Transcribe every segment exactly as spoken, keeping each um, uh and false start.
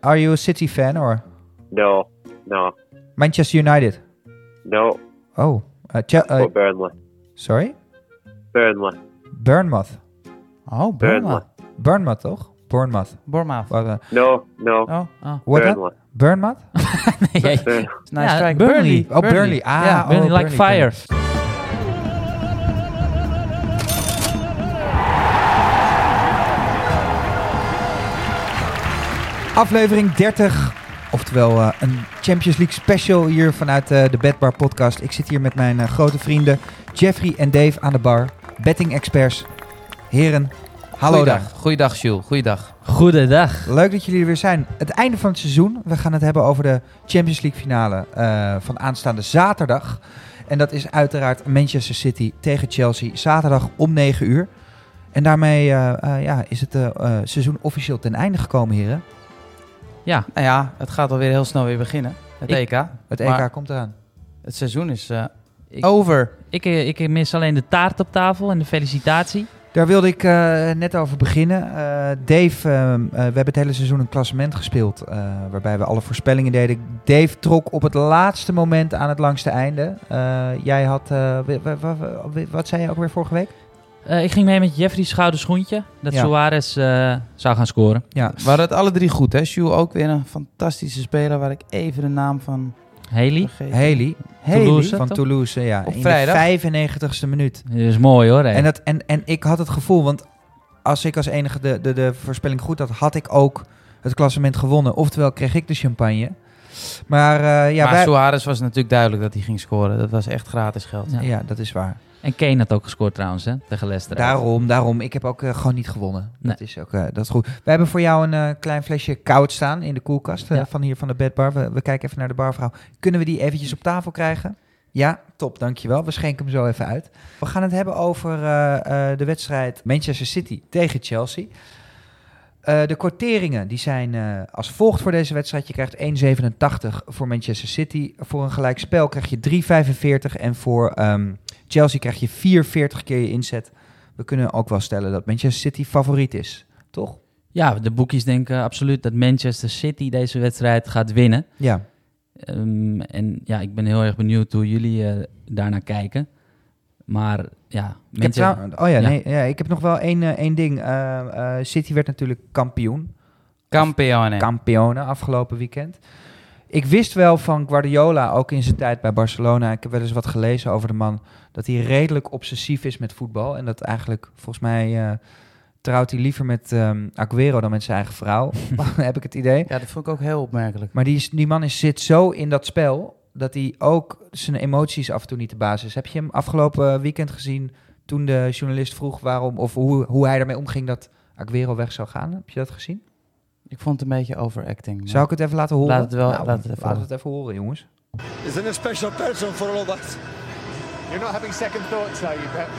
are you a City fan or? No, no. Manchester United? No. Oh. Uh, Ch- uh, Or Burnley. sorry? Burnley. Bournemouth. Oh, Burnley. Bournemouth. Bournemouth, toch? Bournemouth. Bournemouth. What, uh, No, no. Oh, oh. what that? Burnley. Bournemouth? nee, Burnley. nice Ja, strike. Burnley. Oh, Burnley. Ah, Ja, oh, Burnley like Burnley, fire. Aflevering dertig, oftewel uh, een Champions League special hier vanuit uh, de Betbar podcast. Ik zit hier met mijn uh, grote vrienden Jeffrey en Dave aan de bar, betting experts. Heren, hallo daar. Goeiedag. Goeiedag, Jules. Goeiedag. Goedendag. Leuk dat jullie er weer zijn. Het einde van het seizoen. We gaan het hebben over de Champions League finale uh, van aanstaande zaterdag. En dat is uiteraard Manchester City tegen Chelsea. Zaterdag om negen uur. En daarmee uh, uh, ja, is het uh, uh, seizoen officieel ten einde gekomen, heren. Ja, Nou ja, het gaat alweer heel snel weer beginnen. Het Ik- E K. Het E K Maar komt eraan. het seizoen is uh, Ik- over. ik, eh, ik mis alleen de taart op tafel en de felicitatie. Daar wilde ik uh, net over beginnen. Uh, Dave, uh, uh, we hebben het hele seizoen een klassement gespeeld, uh, waarbij we alle voorspellingen deden. Dave trok op het laatste moment aan het langste einde. Uh, jij had, uh, w- w- w- w- wat zei je ook weer vorige week? Uh, ik ging mee met Jeffrey's schouderschoentje. Dat Ja. Suarez uh, zou gaan scoren. Ja, We hadden het alle drie goed, hè? Jules ook weer een fantastische speler waar ik even de naam van Haley. vergeet. Haley. Haley Toulouse, van toch? Toulouse, ja. Op in vrijdag. de vijfennegentigste minuut. Dat is mooi hoor. Hey. En, dat, en, en ik had het gevoel, want als ik als enige de, de, de voorspelling goed had, had ik ook het klassement gewonnen. Oftewel kreeg ik de champagne. Maar uh, ja, maar wij... Suarez was natuurlijk duidelijk dat hij ging scoren. Dat was echt gratis geld. Ja. Ja, dat is waar. En Kane had ook gescoord trouwens, hè, tegen Leicester. Daarom, daarom. Ik heb ook uh, gewoon niet gewonnen. Nee. Dat is ook uh, dat is goed. We hebben voor jou een uh, klein flesje koud staan in de koelkast uh, Ja. van hier van de bedbar. We, we kijken even naar de barvrouw. Kunnen we die eventjes op tafel krijgen? Ja, top, dankjewel. We schenken hem zo even uit. We gaan het hebben over uh, uh, de wedstrijd Manchester City tegen Chelsea. Uh, de quoteringen die zijn uh, als volgt voor deze wedstrijd. Je krijgt één komma zevenentachtig voor Manchester City. Voor een gelijk spel krijg je drie komma vijfenveertig. En voor um, Chelsea krijg je vier komma veertig keer je inzet. We kunnen ook wel stellen dat Manchester City favoriet is, toch? Ja, de boekjes denken absoluut dat Manchester City deze wedstrijd gaat winnen. Ja. Um, en ja, ik ben heel erg benieuwd hoe jullie uh, daarnaar kijken. Maar ja, Ik heb, trouw- oh ja, Ja. Nee, ja, ik heb nog wel één, uh, één ding. Uh, uh, City werd natuurlijk kampioen. Campione. Kampionen afgelopen weekend. Ik wist wel van Guardiola, ook in zijn tijd bij Barcelona. Ik heb wel eens wat gelezen over de man. Dat hij redelijk obsessief is met voetbal. En dat eigenlijk, volgens mij, uh, trouwt hij liever met um, Aguero dan met zijn eigen vrouw. Heb ik het idee. Ja, dat vond ik ook heel opmerkelijk. Maar die, is, die man is, zit zo in dat spel dat hij ook zijn emoties af en toe niet de basis is. Heb je hem afgelopen weekend gezien toen de journalist vroeg waarom of hoe, hoe hij ermee omging dat Aguero weg zou gaan? Heb je dat gezien? Ik vond het een beetje overacting. maar- Zou ik het even laten horen? Laat het wel- Nou, laat het even laten we horen. het even horen, jongens. Isn't a special person for all of us. You're not having second thoughts, are you, Pep?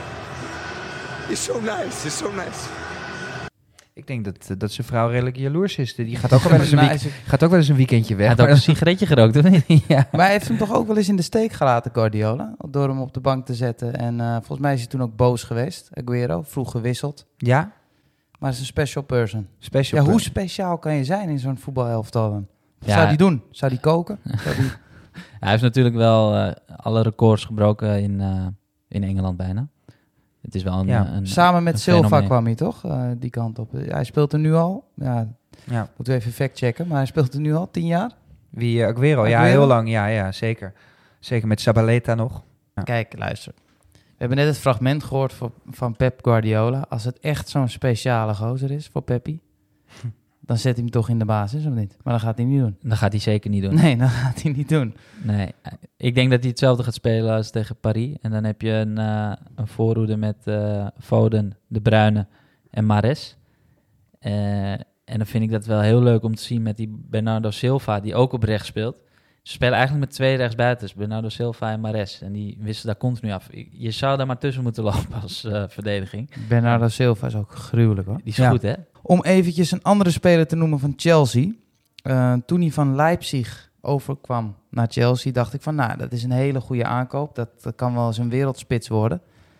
He's so nice. He's so nice. Ik denk dat, dat zijn vrouw redelijk jaloers is. Die gaat ook wel eens een, week, Nice. gaat ook wel eens een weekendje weg. Hij had ook maar een sigaretje gerookt, of niet? ja. Maar hij heeft hem toch ook wel eens in de steek gelaten, Guardiola? Door hem op de bank te zetten. En uh, volgens mij is hij toen ook boos geweest, Aguero. Vroeg gewisseld. ja, Maar hij is een special person. special. Ja, hoe person. speciaal kan je zijn in zo'n voetbalelftal dan? Wat Ja. zou hij doen? Zou hij koken? Zou die... Hij heeft natuurlijk wel uh, alle records gebroken in, uh, in Engeland bijna. Het is wel een... Ja. uh, een Samen met een Silva fenomeen. kwam hij toch? Uh, die kant op. Hij speelt er nu al. Ja, Ja. moeten we even factchecken. Maar hij speelt er nu al tien jaar. Wie, uh, Aguero? Ja, Aguero? heel lang. Ja, ja, zeker. Zeker met Zabaleta nog. Ja. Kijk, luister. We hebben net het fragment gehoord van, van Pep Guardiola. Als het echt zo'n speciale gozer is voor Peppi, dan zet hij hem toch in de basis, of niet? Maar dat gaat hij niet doen. Dat gaat hij zeker niet doen. Nee, dat gaat hij niet doen. Nee, ik denk dat hij hetzelfde gaat spelen als tegen Paris. En dan heb je een, uh, een voorhoede met uh, Foden, De Bruyne en Mahrez. Uh, en dan vind ik dat wel heel leuk om te zien met die Bernardo Silva, die ook op rechts speelt. Ze spelen eigenlijk met twee rechtsbuitens, Bernardo Silva en Mahrez. En die wisselen daar continu af. Je zou daar maar tussen moeten lopen als uh, verdediging. Bernardo Silva is ook gruwelijk, hoor. Die is Ja. goed, hè? Om eventjes een andere speler te noemen van Chelsea. Uh, toen hij van Leipzig overkwam naar Chelsea, dacht ik van, nou, dat is een hele goede aankoop. Dat, dat kan wel eens een wereldspits worden.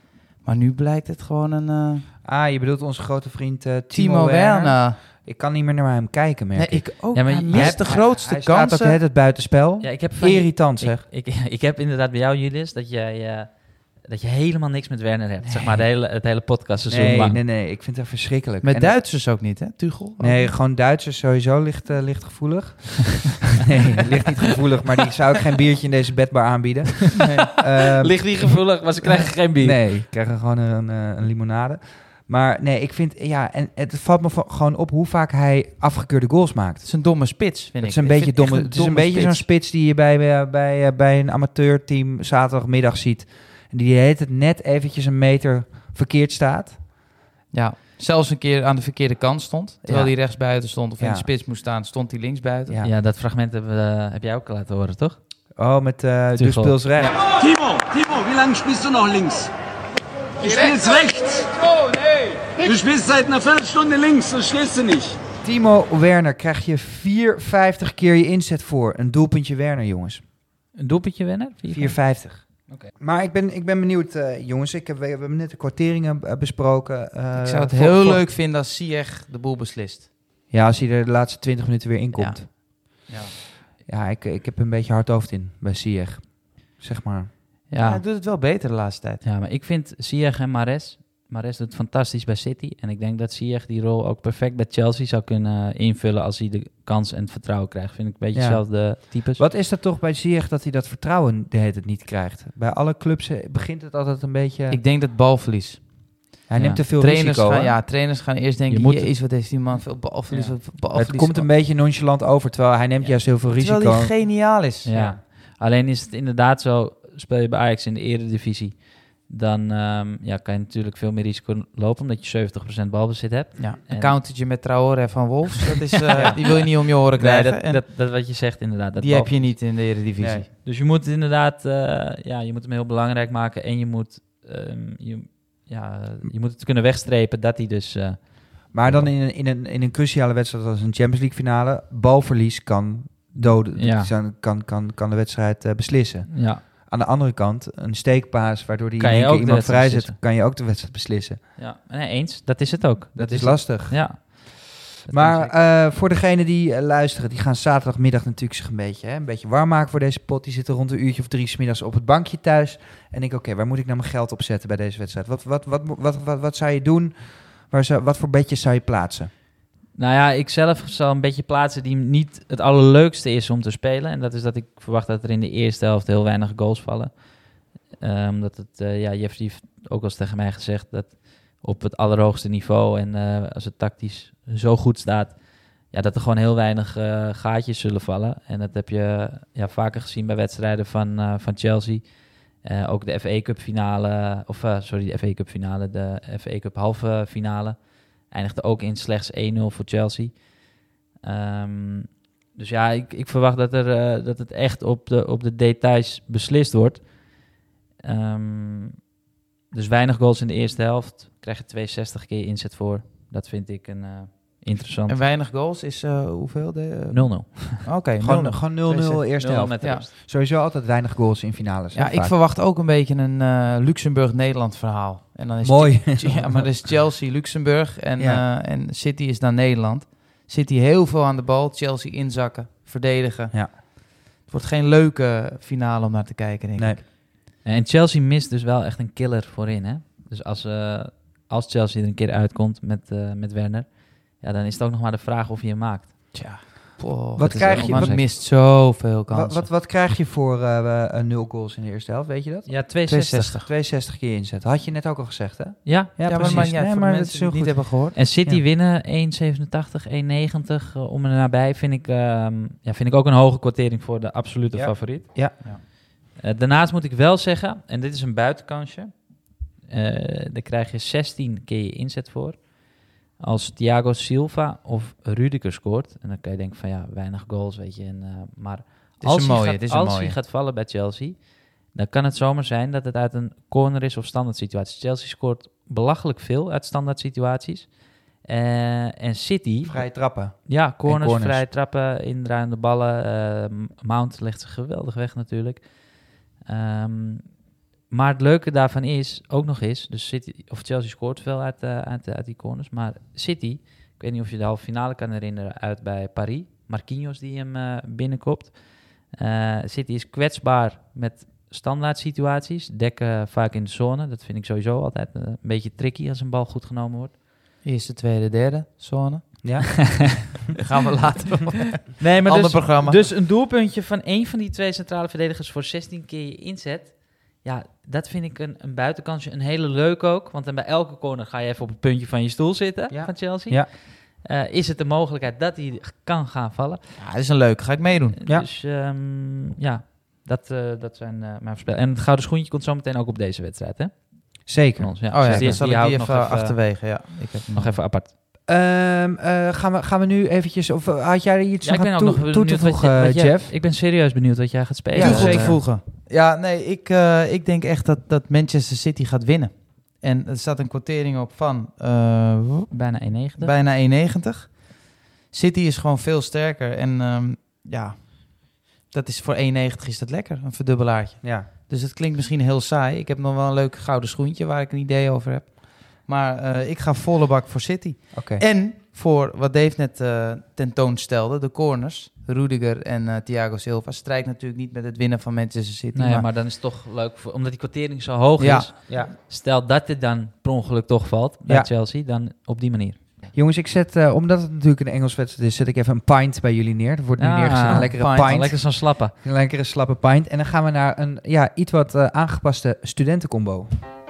Maar nu blijkt het gewoon een uh, Ah, je bedoelt onze grote vriend uh, Timo, Timo Werner. Werner. Ik kan niet meer naar hem kijken, merk Nee, ik. ik ook. Ja, maar hij je mist hebt- de grootste Hij staat ook kansen. het, het buitenspel. Ja, ik heb van- Irritant, zeg. Ik, ik, ik heb inderdaad bij jou, Julius, dat jij... Uh, dat je helemaal niks met Werner hebt. Zeg maar de hele, het hele podcastseizoen Nee, lang. nee, nee. Ik vind het verschrikkelijk. Met En- Duitsers ook niet, hè? Tuchel? Nee, gewoon Duitsers sowieso ligt, uh, ligt gevoelig. Nee, het ligt niet gevoelig, maar die zou ik geen biertje in deze bedbar aanbieden. Nee. Ehm, Ligt niet gevoelig, maar ze krijgen geen bier. Nee, ik krijg er gewoon een, een, een limonade. Maar nee, ik vind, ja, en het valt me van- gewoon op hoe vaak hij afgekeurde goals maakt. Het is een domme spits, vind Het ik. is een Ik beetje vind het domme. echt Het is een beetje zo'n spits. spits die je bij, uh, bij, uh, bij een amateurteam zaterdagmiddag ziet. En die heet het net eventjes een meter verkeerd staat. Ja, zelfs een keer aan de verkeerde kant stond. Terwijl Ja. hij rechts buiten stond of in Ja. de spits moest staan, stond hij links buiten. Ja. Ja, dat fragment heb, uh, heb jij ook laten horen, toch? Oh, met uh, de Tuchel. speels recht. Timo, Timo, wie lange spielst du noch links? Du spielst rechts. Du spielst seit einer Viertelstunde links, so stehst du nicht. Timo Werner krijg je vierhonderdvijftig keer je inzet voor. Een doelpuntje Werner, jongens. Een doelpuntje winnen? vierhonderdvijftig. Oké. Maar ik ben, ik ben benieuwd, uh, jongens. Ik heb, we hebben net de kwarteringen uh, besproken. Uh, Ik zou het voor- heel voor- leuk vinden als Ziyech de boel beslist. Ja, als hij er de laatste twintig minuten weer in komt. Ja. Ja, ik, ik heb een beetje hard hoofd in bij Ziyech. Zeg maar. Ja. Ja. Hij doet het wel beter de laatste tijd. Ja, maar ik vind Ziyech en Mahrez... Mahrez doet het fantastisch bij City. En ik denk dat Ziyech die rol ook perfect bij Chelsea zou kunnen invullen... als hij de kans en het vertrouwen krijgt. Vind ik een beetje Ja. hetzelfde types. Wat is dat toch bij Ziyech dat hij dat vertrouwen de hele tijd niet krijgt? Bij alle clubs eh, begint het altijd een beetje... Ik denk dat balverlies. hij Ja. neemt te veel Trainers risico. gaan, hè? ja, trainers gaan eerst denken, Je moet- jezus, wat heeft die man veel balverlies. Ja. Wat balverlies. Het komt een beetje nonchalant over, terwijl hij neemt juist heel veel risico. Terwijl hij geniaal is. Ja. Alleen is het inderdaad zo... speel je bij Ajax in de eredivisie... dan um, ja, kan je natuurlijk veel meer risico lopen... omdat je zeventig procent balbezit hebt. Ja, een En- countertje met Traoré van Wolves, dat is, uh, die wil je niet om je oren Nee, krijgen. dat, En dat, dat wat je zegt inderdaad. Dat die bal- heb je niet in de Eredivisie. Nee. Dus je moet het inderdaad... Uh, ja, je moet hem heel belangrijk maken... en je moet, um, je, ja, je moet het kunnen wegstrepen... dat hij dus... Uh, Maar dan in een, in, een, in een cruciale wedstrijd als een Champions League finale... balverlies kan doden. Ja. Kan, kan, kan, kan de wedstrijd uh, beslissen. ja, Aan de andere kant, een steekpaas... waardoor die Kan in je één keer ook de iemand wedstrijd vrijzet... beslissen. kan je ook de wedstrijd beslissen. ja, nee, eens. Dat is het ook. Dat, Dat, is het. lastig. Ja. Dat Maar is- uh, voor degenen die uh, luisteren, die gaan zaterdagmiddag natuurlijk zich een beetje, hè, een beetje warm maken voor deze pot. Die zitten rond een uurtje of drie 's middags op het bankje thuis. En denk, oké, waar moet ik nou mijn geld op zetten bij deze wedstrijd? Wat, wat, wat, wat, wat, wat, wat zou je doen? Waar zou, wat voor bedjes zou je plaatsen? Nou ja, ik zelf zal een beetje plaatsen die niet het allerleukste is om te spelen. En dat is dat ik verwacht dat er in de eerste helft heel weinig goals vallen. Uh, omdat het, uh, ja, Jeff heeft ook al eens tegen mij gezegd dat op het allerhoogste niveau en uh, als het tactisch zo goed staat, ja, dat er gewoon heel weinig uh, gaatjes zullen vallen. En dat heb je ja, vaker gezien bij wedstrijden van, uh, van Chelsea. Uh, ook de F A Cup finale, of uh, sorry, de F A Cup finale, de F A Cup halve finale. Eindigde ook in slechts één nul voor Chelsea. Um, dus ja, ik, ik verwacht dat, er, uh, dat het echt op de, op de details beslist wordt. Um, dus weinig goals in de eerste helft. Krijg je tweeënzestig keer inzet voor. Dat vind ik een uh, interessant. En weinig goals is uh, hoeveel? De, uh... nul nul. Oké, okay, Gewoon gewoon nul nul eerste helft. Met de Ja. rust. Sowieso altijd weinig goals in finales. hè, Ja, ik vaak. verwacht ook een beetje een uh, Luxemburg-Nederland verhaal. En dan is Mooi. Ja, maar dat is Chelsea-Luxemburg en, Ja. uh, en City is dan Nederland. City heel veel aan de bal, Chelsea inzakken, verdedigen. Ja. Het wordt geen leuke finale om naar te kijken, denk Nee. ik. En Chelsea mist dus wel echt een killer voorin. Hè? Dus als, uh, als Chelsea er een keer uitkomt met, uh, met Werner, ja, dan is het ook nog maar de vraag of je hem maakt. Tja. Poh, Wat dat is krijg echt- je- man wat- mist zoveel Wat, kansen. wat, wat krijg je voor uh, uh, nul goals in de eerste helft, weet je dat? Ja, tweeënzestig. tweeënzestig keer inzet. Had je net ook al gezegd, hè? Ja, Ja, ja, maar, precies. maar, ja, Nee, voor maar de dat mensen is die heel het niet goed. hebben gehoord. en City Ja. winnen één zevenentachtig, één negentig uh, om en nabij vind ik, um, ja, vind ik ook een hoge kwartering voor de absolute Ja. favoriet. Ja. Ja. Uh, daarnaast moet ik wel zeggen, en dit is een buitenkansje, uh, daar krijg je zestien keer je inzet voor. Als Thiago Silva of Rudiger scoort, en dan kan je denken van ja, weinig goals, weet je. En, uh, maar is als, een hij, mooie, gaat, het is een als mooie. hij gaat vallen bij Chelsea, dan kan het zomaar zijn dat het uit een corner is of standaard situatie. Chelsea scoort belachelijk veel uit standaard situaties. Uh, en City, Vrije trappen. ja, corners, corners. vrije trappen, indraaiende ballen. Uh, Mount legt ze geweldig weg natuurlijk. Um, maar het leuke daarvan is, ook nog eens, dus City, of Chelsea scoort veel uit, uh, uit, uit die corners, maar City, ik weet niet of je de halve finale kan herinneren uit bij Paris, Marquinhos die hem uh, binnenkopt. Uh, City is kwetsbaar met standaard situaties, dekken vaak in de zone, dat vind ik sowieso altijd uh, een beetje tricky als een bal goed genomen wordt. Eerste, tweede, derde zone. Ja. Gaan we later op. Nee, maar Ander dus, programma. dus een doelpuntje van één van die twee centrale verdedigers voor zestien keer je inzet. Ja, dat vind ik een, een buitenkansje. Een hele leuk ook. Want dan bij elke corner ga je even op het puntje van je stoel zitten Ja. van Chelsea. Ja. Uh, is het de mogelijkheid dat hij kan gaan vallen? Ja, dat is een leuk. Ga ik meedoen. Ja. Dus um, ja, dat, uh, dat zijn uh, mijn voorspellingen. En het gouden schoentje komt zo meteen ook op deze wedstrijd, hè? Zeker. Van ons, ja. Oh ja, Dus dan zal ik hou die ik even, nog even achterwege. Ja. Ik heb hem Nog even apart. Um, uh, gaan, we, gaan we nu eventjes... Of uh, had jij er iets Ja, ik nog ben aan ook toe, nog toe te benieuwd wat voegen, je- wat jij- Jeff? Ik ben serieus benieuwd wat jij gaat spelen. Ja, toe zeker. te voegen. Ja, nee, ik, uh, ik denk echt dat, dat Manchester City gaat winnen. En er staat een quotering op van uh, Bijna één negentig. bijna één negentig. City is gewoon veel sterker. En um, ja, dat is voor één negentig is dat lekker, een verdubbelaartje. Ja. Dus het klinkt misschien heel saai. Ik heb nog wel een leuk gouden schoentje waar ik een idee over heb. Maar uh, ik ga volle bak voor City. Oké. En voor wat Dave net uh, tentoonstelde, de corners. Rudiger en uh, Thiago Silva strijdt natuurlijk niet met het winnen van Manchester City. Nee, maar, maar dan is het toch leuk, voor, omdat die quotering zo hoog Ja. is. Ja. Stel dat dit dan per ongeluk toch valt bij Ja. Chelsea, dan op die manier. Jongens, ik zet, uh, omdat het natuurlijk een Engels wedstrijd is, zet ik even een pint bij jullie neer. Er wordt nu Ah, neergezet een lekkere pint. pint. Oh, lekker zo'n slappe. Een lekkere slappe pint. En dan gaan we naar een ja, iets wat uh, aangepaste studentencombo.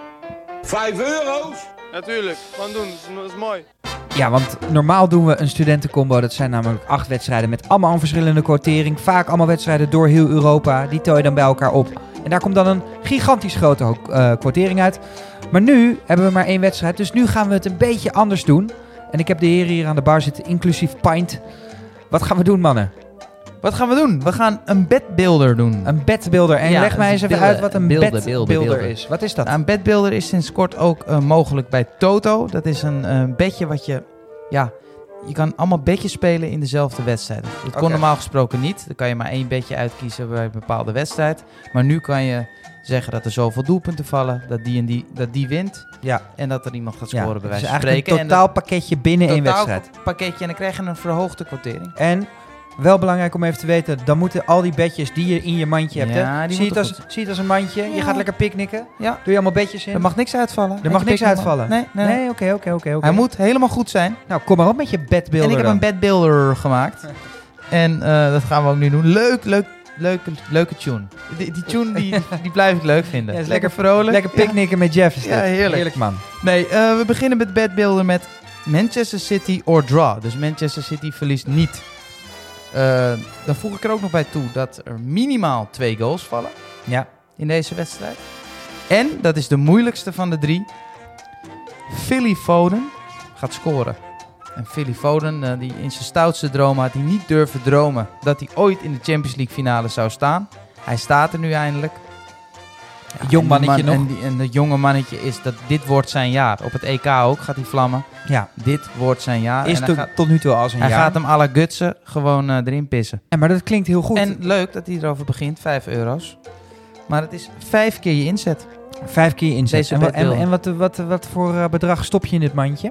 Vijf euro's? Natuurlijk, gewoon doen, dat is, dat is mooi. Ja, want normaal doen we een studentencombo. Dat zijn namelijk acht wedstrijden met allemaal een verschillende quotering. Vaak allemaal wedstrijden door heel Europa. Die tel je dan bij elkaar op. En daar komt dan een gigantisch grote ho- uh, quotering uit. Maar nu hebben we maar één wedstrijd. Dus nu gaan we het een beetje anders doen. En ik heb de heren hier aan de bar zitten, inclusief pint. Wat gaan we doen, mannen? wat gaan we doen? We gaan een bedbuilder doen. Een bedbuilder. En Ja, leg mij eens even beelden, uit wat een beelden, bedbuilder beelden, beelden. is. Wat is dat? Nou, een bedbuilder is sinds kort ook uh, mogelijk bij Toto. Dat is een uh, bedje wat je... Ja, je kan allemaal bedjes spelen in dezelfde wedstrijd. Dat kon Oké. normaal gesproken niet. Dan kan je maar één bedje uitkiezen bij een bepaalde wedstrijd. Maar nu kan je zeggen dat er zoveel doelpunten vallen, dat die en die, dat die wint. Ja. En dat er iemand gaat Ja, scoren, bij het is wijze van eigenlijk spreken. een totaalpakketje binnen één Totaal wedstrijd. pakketje en dan krijg je een verhoogde quotering. En wel belangrijk om even te weten, dan moeten al die bedjes die je in je mandje hebt, Ja, hè? die Zie, je het moeten als, zie je het als een mandje? Je Ja. gaat lekker picknicken. Ja. Doe je allemaal bedjes in? Er mag niks uitvallen. Er mag niks uitvallen? Nee, nee. Nee, oké, oké, oké. oké. Hij moet helemaal goed zijn. Nou, kom maar op met je bedbuilder En ik heb dan. een bedbuilder gemaakt. En uh, dat gaan we ook nu doen. Leuk, leuk, leuke, leuke tune. Die, die tune die, die blijf ik leuk vinden. Ja, is lekker, lekker- vrolijk. Lekker picknicken met Jeff is Ja, dit. heerlijk. Heerlijk, man. Nee, uh, we beginnen met bedbuilder met Manchester City or draw. Dus Manchester City verliest niet. Uh, dan voeg ik er ook nog bij toe dat er minimaal twee goals vallen Ja. in deze wedstrijd. En, dat is de moeilijkste van de drie, Philly Foden gaat scoren. En Philly Foden, uh, die in zijn stoutste droom had hij niet durven dromen dat hij ooit in de Champions League finale zou staan. Hij staat er nu eindelijk. Ja, Jong en die mannetje man- nog. En, die, en het jonge mannetje is dat dit wordt zijn jaar. Op het E K ook gaat hij vlammen. Ja. Dit wordt zijn jaar. Is en hij tot, gaat, tot nu toe al zijn hij jaar. gaat hem à la Gutsen gewoon uh, erin pissen. En, maar dat klinkt heel goed. En leuk dat hij erover begint, vijf euro's. Maar het is vijf keer je inzet. Vijf keer inzet. Deze En, wa- en, bedbuilder. en wat, wat, wat voor uh, bedrag stop je in dit mandje?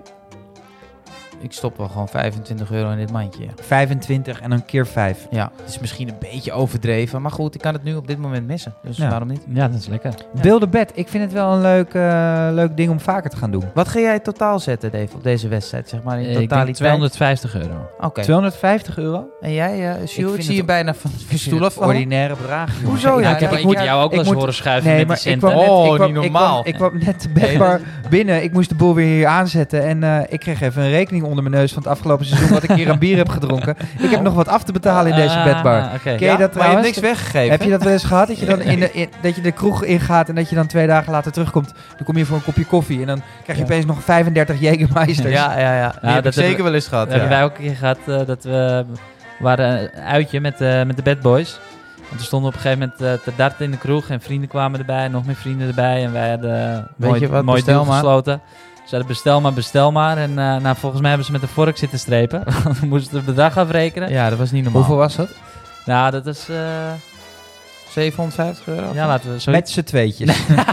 Ik stop wel gewoon vijfentwintig euro in dit mandje. Ja. vijfentwintig en dan keer vijf. Ja, het is misschien een beetje overdreven. Maar goed, ik kan het nu op dit moment missen. Dus Ja. waarom niet? Ja, dat is lekker. Ja. Build a bed. Ik vind het wel een leuk, uh, leuk ding om vaker te gaan doen. Wat ga jij totaal zetten, Dave, op deze wedstrijd? Zeg maar in Eh, ik denk totaliteit. tweehonderdvijftig euro. Oké. tweehonderdvijftig euro? En jij, uh, Jules, ik, vind zie het je bijna van je stoel afvallen. Ordinaire bedragen. jongens. Hoezo? Ja, Ja, ik heb ja, ik ik moet moet- jou ook wel eens ik moet- horen schuiven Nee, met maar die ik centen. kwam, net, Oh, ik, kwam, niet ik, normaal. kwam, ik kwam net de bedbar binnen. Ik moest de boel weer hier aanzetten. En uh, ik kreeg even een rekening onder mijn neus van het afgelopen seizoen wat ik hier aan bier heb gedronken. Ik heb nog wat af te betalen in deze Ah, bedbar. oké. Ken je Ja, dat maar je hebt trouwens? niks weggegeven. Heb je dat wel eens gehad? Dat je dan in de, in, dat je de kroeg ingaat en dat je dan twee dagen later terugkomt. Dan kom je voor een kopje koffie en dan krijg je Ja. opeens nog vijfendertig Jägermeisters. Ja, ja, ja. Die Nou, heb dat ik zeker hebben- wel eens gehad. Dat hebben ja. wij ook een keer gehad, uh, dat we waren een uitje met, uh, met de Bad Boys. En toen stonden we op een gegeven moment uh, te darten in de kroeg en vrienden kwamen erbij, nog meer vrienden erbij. En wij hadden uh, Weet mooi, je wat, mooi bestel deal maar. gesloten. Ze hadden bestel maar, bestel maar. En uh, nou, volgens mij hebben ze met een vork zitten strepen. We moesten het bedrag afrekenen. Ja, dat was niet normaal. Hoeveel was dat? Nou, dat is uh, zevenhonderdvijftig euro? Ja, laten we zo. Met z'n tweetjes. Nee.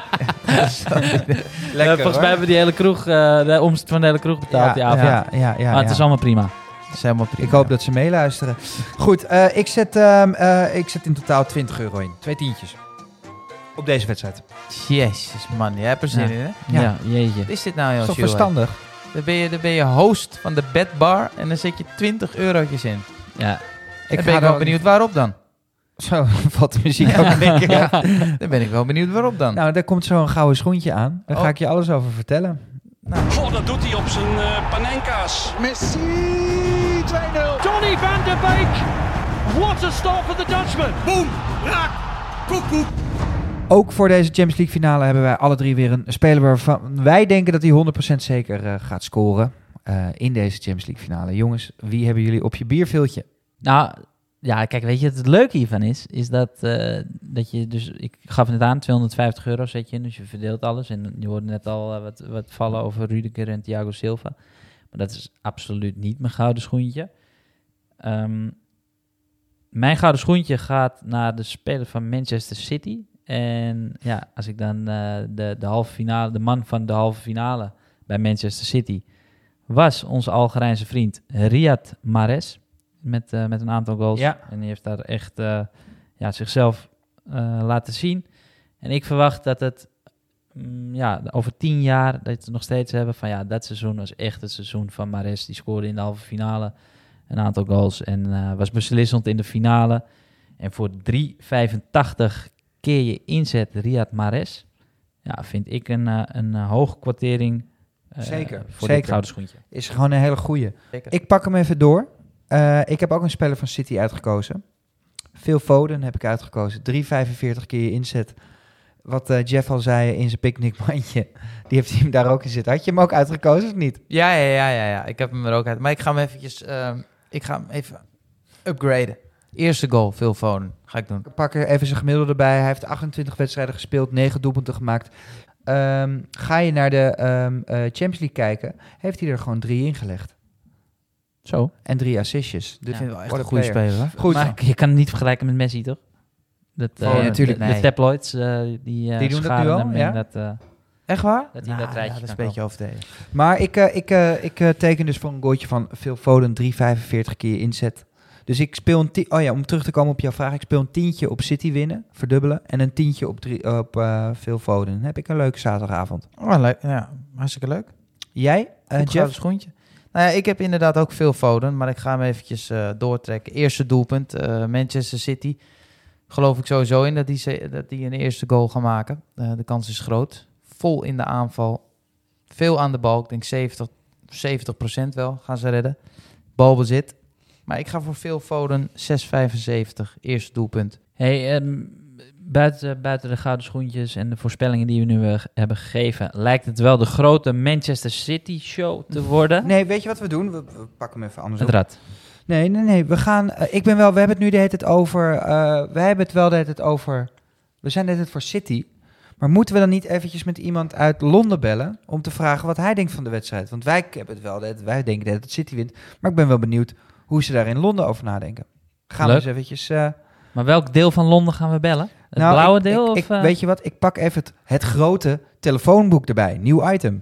Lekker, volgens hoor. mij hebben we die hele kroeg, uh, de omzet van de hele kroeg betaald die avond. Ja, ja, ja, maar het ja. is allemaal prima. Dat is helemaal prima. Ik hoop dat ze meeluisteren. Goed, uh, ik, zet, um, uh, ik zet in totaal twintig euro in. Twee tientjes. Op deze wedstrijd. Jezus man, jij hebt er zin Ja. in hè? Ja. Ja, jeetje. Wat is dit nou, Dat joh? is toch verstandig? Dan ben, je, dan ben je host van de bedbar en dan zet je twintig eurotjes in. Ja. Ik ga ben ik wel dan- benieuwd waarop dan. Zo valt de muziek ook in één keer. Ja, dan ben ik wel benieuwd waarop dan. Nou, daar komt zo'n gouden schoentje aan. Daar Oh. ga ik je alles over vertellen. Oh, dat doet hij op zijn uh, panenka's. Messi twee nul. Donny van de Beek. What a start for the Dutchman. Boom. Raak. Koekoek. Ook voor deze Champions League finale hebben wij alle drie weer een speler waarvan wij denken dat hij honderd procent zeker uh, gaat scoren uh, in deze Champions League finale. Jongens, wie hebben jullie op je bierviltje? Nou, ja, kijk, weet je, het, het leuke hiervan is, is dat, uh, dat je dus, ik gaf het aan, tweehonderdvijftig euro zet je in, dus je verdeelt alles. En je hoorde net al uh, wat, wat vallen over Rudiger en Thiago Silva. Maar dat is absoluut niet mijn gouden schoentje. Um, mijn gouden schoentje gaat naar de speler van Manchester City. En ja, als ik dan uh, de, de halve finale, de man van de halve finale bij Manchester City was onze Algerijnse vriend Riyad Mahrez. Met, uh, met een aantal goals. Ja. En die heeft daar echt uh, ja, zichzelf uh, laten zien. En ik verwacht dat het mm, ja, over tien jaar dat we het nog steeds hebben van ja, dat seizoen was echt het seizoen van Mahrez. Die scoorde in de halve finale een aantal goals en uh, was beslissend in de finale. En voor drie vijfentachtig keer je inzet Riyad Mahrez, ja, vind ik een, uh, een uh, hoge kwartering uh, Zeker, voor zeker. dit gouden schoentje. Is gewoon een hele goeie. Zeker. Ik pak hem even door. Uh, ik heb ook een speler van City uitgekozen. Phil Foden heb ik uitgekozen. drie vijfenveertig keer je inzet. Wat uh, Jeff al zei in zijn picknickmandje. Die heeft hij hem daar ook in zitten. Had je hem ook uitgekozen of niet? Ja, ja, ja, ja, ja. Ik heb hem er ook uit. Maar ik ga hem eventjes, uh, ik ga hem even upgraden. Eerste goal, Phil Foden. Ga ik doen. Ik pak er even zijn gemiddelde bij. Hij heeft achtentwintig wedstrijden gespeeld, negen doelpunten gemaakt. Um, ga je naar de um, uh, Champions League kijken, heeft hij er gewoon drie ingelegd. Zo. En drie assistjes. Dus Ik vind het wel echt what een a goede player. speler. Hè? Goed. Maar je kan het niet vergelijken met Messi, toch? Dat, uh, Oh, natuurlijk de, de nee. tabloids, uh, die, uh, Die doen dat scharen nu al, hem in ja? dat, uh, Echt waar? Dat hij in dat rijtje ja, dat is kan een beetje overdreven. Maar ik, uh, ik, uh, ik uh, teken dus voor een goaltje van Phil Foden drie vijfenveertig keer inzet. Dus ik speel een ti- oh ja, om terug te komen op jouw vraag. Ik speel een tientje op City winnen, verdubbelen. En een tientje op, drie, op uh, Phil Foden. Dan heb ik een leuke zaterdagavond. Oh, leuk. Ja, hartstikke leuk. Jij, uh, Goed Jeff? gouden schoentje. Nou ja, ik heb inderdaad ook veel Foden, maar ik ga hem eventjes uh, doortrekken. Eerste doelpunt, uh, Manchester City. Geloof ik sowieso in dat die, ze- dat die een eerste goal gaan maken. Uh, de kans is groot. Vol in de aanval. Veel aan de bal. Ik denk zeventig, zeventig procent wel gaan ze redden. Balbezit. Maar ik ga voor Phil Foden zes vijfenzeventig. Eerste doelpunt. Hey, um, buiten, buiten de gouden schoentjes en de voorspellingen die we nu uh, hebben gegeven, lijkt het wel de grote Manchester City show te worden. Nee, weet je wat we doen? We, we pakken hem even anders Het op. rad. Nee, nee, nee. We gaan... Uh, ik ben wel... We hebben het nu de hele tijd over... Uh, we hebben het wel de hele tijd over... We zijn de hele tijd voor City. Maar moeten we dan niet eventjes met iemand uit Londen bellen om te vragen wat hij denkt van de wedstrijd? Want wij hebben het wel... de hele tijd- Wij denken dat het City wint. Maar ik ben wel benieuwd hoe ze daar in Londen over nadenken. Gaan Leuk. we eens eventjes... Uh, Maar welk deel van Londen gaan we bellen? Het nou, blauwe ik- deel? Ik, of, ik, uh, weet je wat? Ik pak even het, het grote telefoonboek erbij. Nieuw item.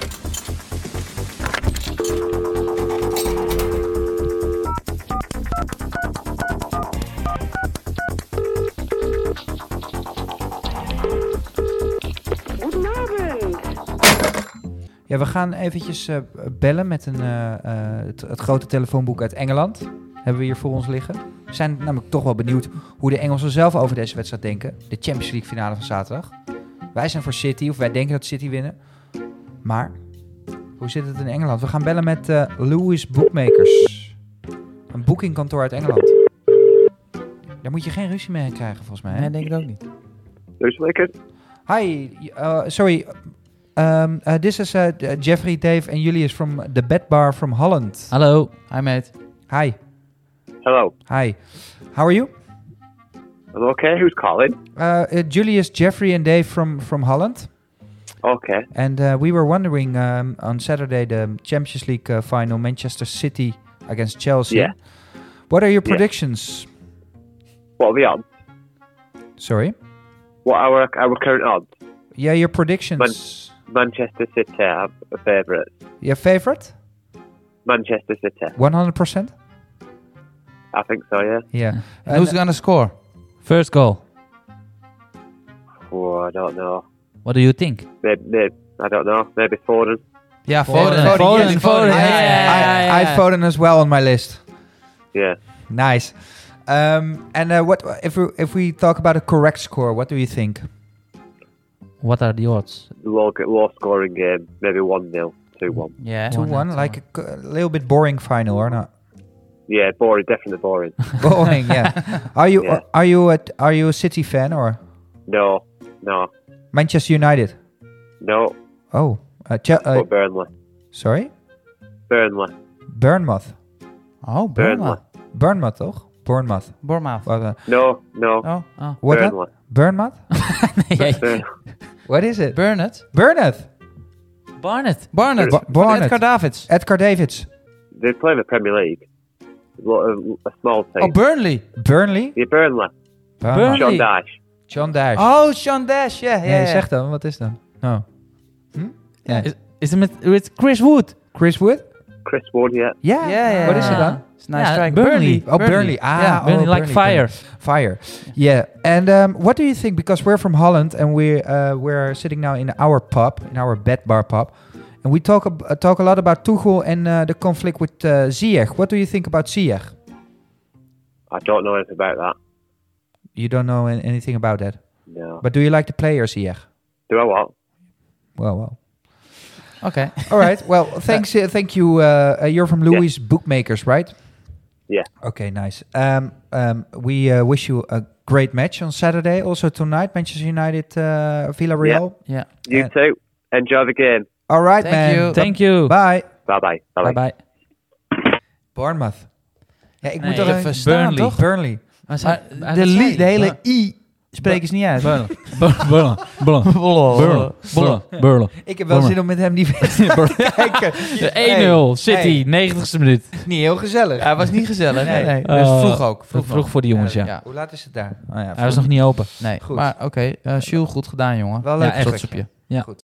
Ja, we gaan eventjes uh, bellen met een, uh, uh, het, het grote telefoonboek uit Engeland. Hebben we hier voor ons liggen. We zijn namelijk toch wel benieuwd hoe de Engelsen zelf over deze wedstrijd denken. De Champions League finale van zaterdag. Wij zijn voor City, of wij denken dat City winnen. Maar, hoe zit het in Engeland? We gaan bellen met uh, Lewis Bookmakers. Een boekingkantoor uit Engeland. Daar moet je geen ruzie mee krijgen, volgens mij. Hè? Nee, denk ik ook niet. Dus lekker. Hi, uh, sorry. Um, uh, this is uh, Jeffrey, Dave and Julius from the Bed Bar from Holland. Hallo. Hi, mate. Hi. Hello. Hi. How are you? I'm okay. Who's calling? Uh, uh, Julius, Jeffrey and Dave from, from Holland. Okay. And uh, we were wondering um, on Saturday, the Champions League uh, final, Manchester City against Chelsea. Yeah. What are your Yeah. predictions? What are we on? Sorry? What our our current odds? Yeah, your predictions. Manchester City are a favourite. Your favorite? Manchester City. one hundred percent? I think so, yeah. Yeah. And who's gonna score? First goal. Oh, I don't know. What do you think? Maybe, maybe I don't know. Maybe Foden. Yeah, Foden. Foden. Foden, yes, Foden, yeah, yeah, yeah, I, yeah. I had Foden as well on my list. Yeah. Nice. Um, and uh, what if we if we talk about a correct score? What do you think? What are the odds? Low, low scoring game. Maybe one nil, two one. Yeah. Two one, like a, c- a little bit boring final or not? Yeah, boring. Definitely boring. Boring, yeah. Are you Yeah. are you a are you a City fan or No, no, Manchester United? no. Oh, uh, Ch- uh, But Burnley. sorry, Burnley. Bournemouth. Oh, Burnley. Bournemouth. Bournemouth, toch? Bournemouth. Bournemouth. What? Uh, No, no. Oh, oh. what? that? Burnley. Bournemouth? Burnley. What is it? Burnett. Bournemouth. Barnet. Barnett. Ba- Van Barnett. Edgar Davids. Edgar Davids. They play in the Premier League. Lo- A, a small team. Oh, Burnley. Burnley. Yeah, Burnley. Bournemouth. John Dash. John Dash. Oh, Sean Dash. Ja, ja, nee, ja. zeg dan. Wat is dan? Oh. Hm? Ja. Is, is het met with Chris Wood? Chris Wood? Chris Wood, yeah. Ja. Ja, ja, Wat is ja. het dan? It's a nice Ja, strike. Burnley. Oh, Burnley. Ah, Yeah, oh, Burnley like fire. Fire. Yeah. And um, what do you think? Because we're from Holland and we uh, we're sitting now in our pub, in our bed bar pub, and we talk ab- uh, talk a lot about Tuchel and uh, the conflict with uh, Ziyech. What do you think about Ziyech? I don't know anything about that. You don't know an- anything about that, No. but do you like the player Ziyech? Do I what? Well, well. Oké. All right. Well, thanks. Uh, thank you. Uh, uh, you're from Louis Bookmakers, right? Yeah. Okay, nice. Um, um, we uh, wish you a great match on Saturday. Also tonight, Manchester United, uh, Villarreal. Ja. You Yeah. too. Enjoy the game. All right, Thank man. you. Thank you. Bye. Bye-bye. Bye-bye. Bye bye. Bournemouth. Ja, ik Nee, moet toch even even... verstaan, Burnley. toch? Burnley. Maar ze- Maar hij- de, dat li- zei de hij. hele I spreken ze niet uit. Burlen. Burlen. Burlen. Burlen. Burlen. Burlen. Ik heb wel Bournemouth. zin om met hem die wedstrijd te kijken. één nul. City, Hey. negentigste minuut. Niet heel gezellig. Ja, het was niet gezellig. Nee, Nee. nee. Uh, Dus vroeg ook. Vroeg, Vroeg voor de jongens, ja. Ja. Hoe laat is het daar? Oh, ja, Hij was nog niet open. Nee, Goed. maar oké. eh Jules, goed gedaan, jongen. Wel Ja, leuk echt. Trots op je. Ja. Goed.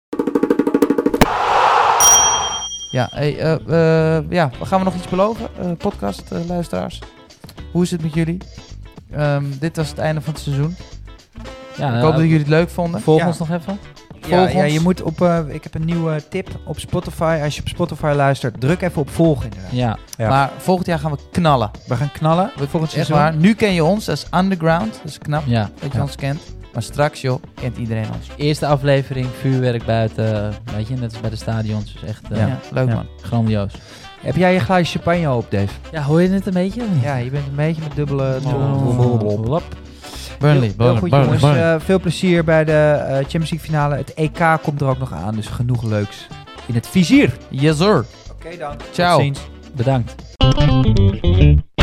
Ja, hey, eh, eh, ja, gaan we nog iets beloven? Eh, podcast, eh, luisteraars. Hoe is het met jullie? Ehm, dit was het einde van het seizoen. Ja, Ik hoop dat jullie het leuk vonden. Volg Ja. ons nog even. Ja, Volg ja, ons. je moet op... eh, ik heb een nieuwe tip op Spotify. Als je op Spotify luistert, druk even op volgen inderdaad. Ja. Ja. Maar volgend jaar gaan we knallen. We gaan knallen. Volgend Echt seizoen. waar. Nu ken je ons, dat is underground. Dat is knap Ja. dat je Ja. ons kent. Maar straks, joh, kent iedereen ons. Eerste aflevering, vuurwerk buiten. Weet je, net als bij de stadions. Dus echt eh, Ja. Ja, leuk ja, man. grandioos. Heb jij je glaasje champagne op, Dave? Ja, hoor je het een beetje? of niet? Ja, je bent een beetje met dubbele... Oh. Lap. Burnley, Heel, heel goed, Burnley, jongens. Burnley. Eh, veel plezier bij de eh, Champions League finale. Het E K komt er ook nog aan, dus genoeg leuks in het vizier. Yes, sir. Oké dan. Ciao. Tot ziens. Bedankt.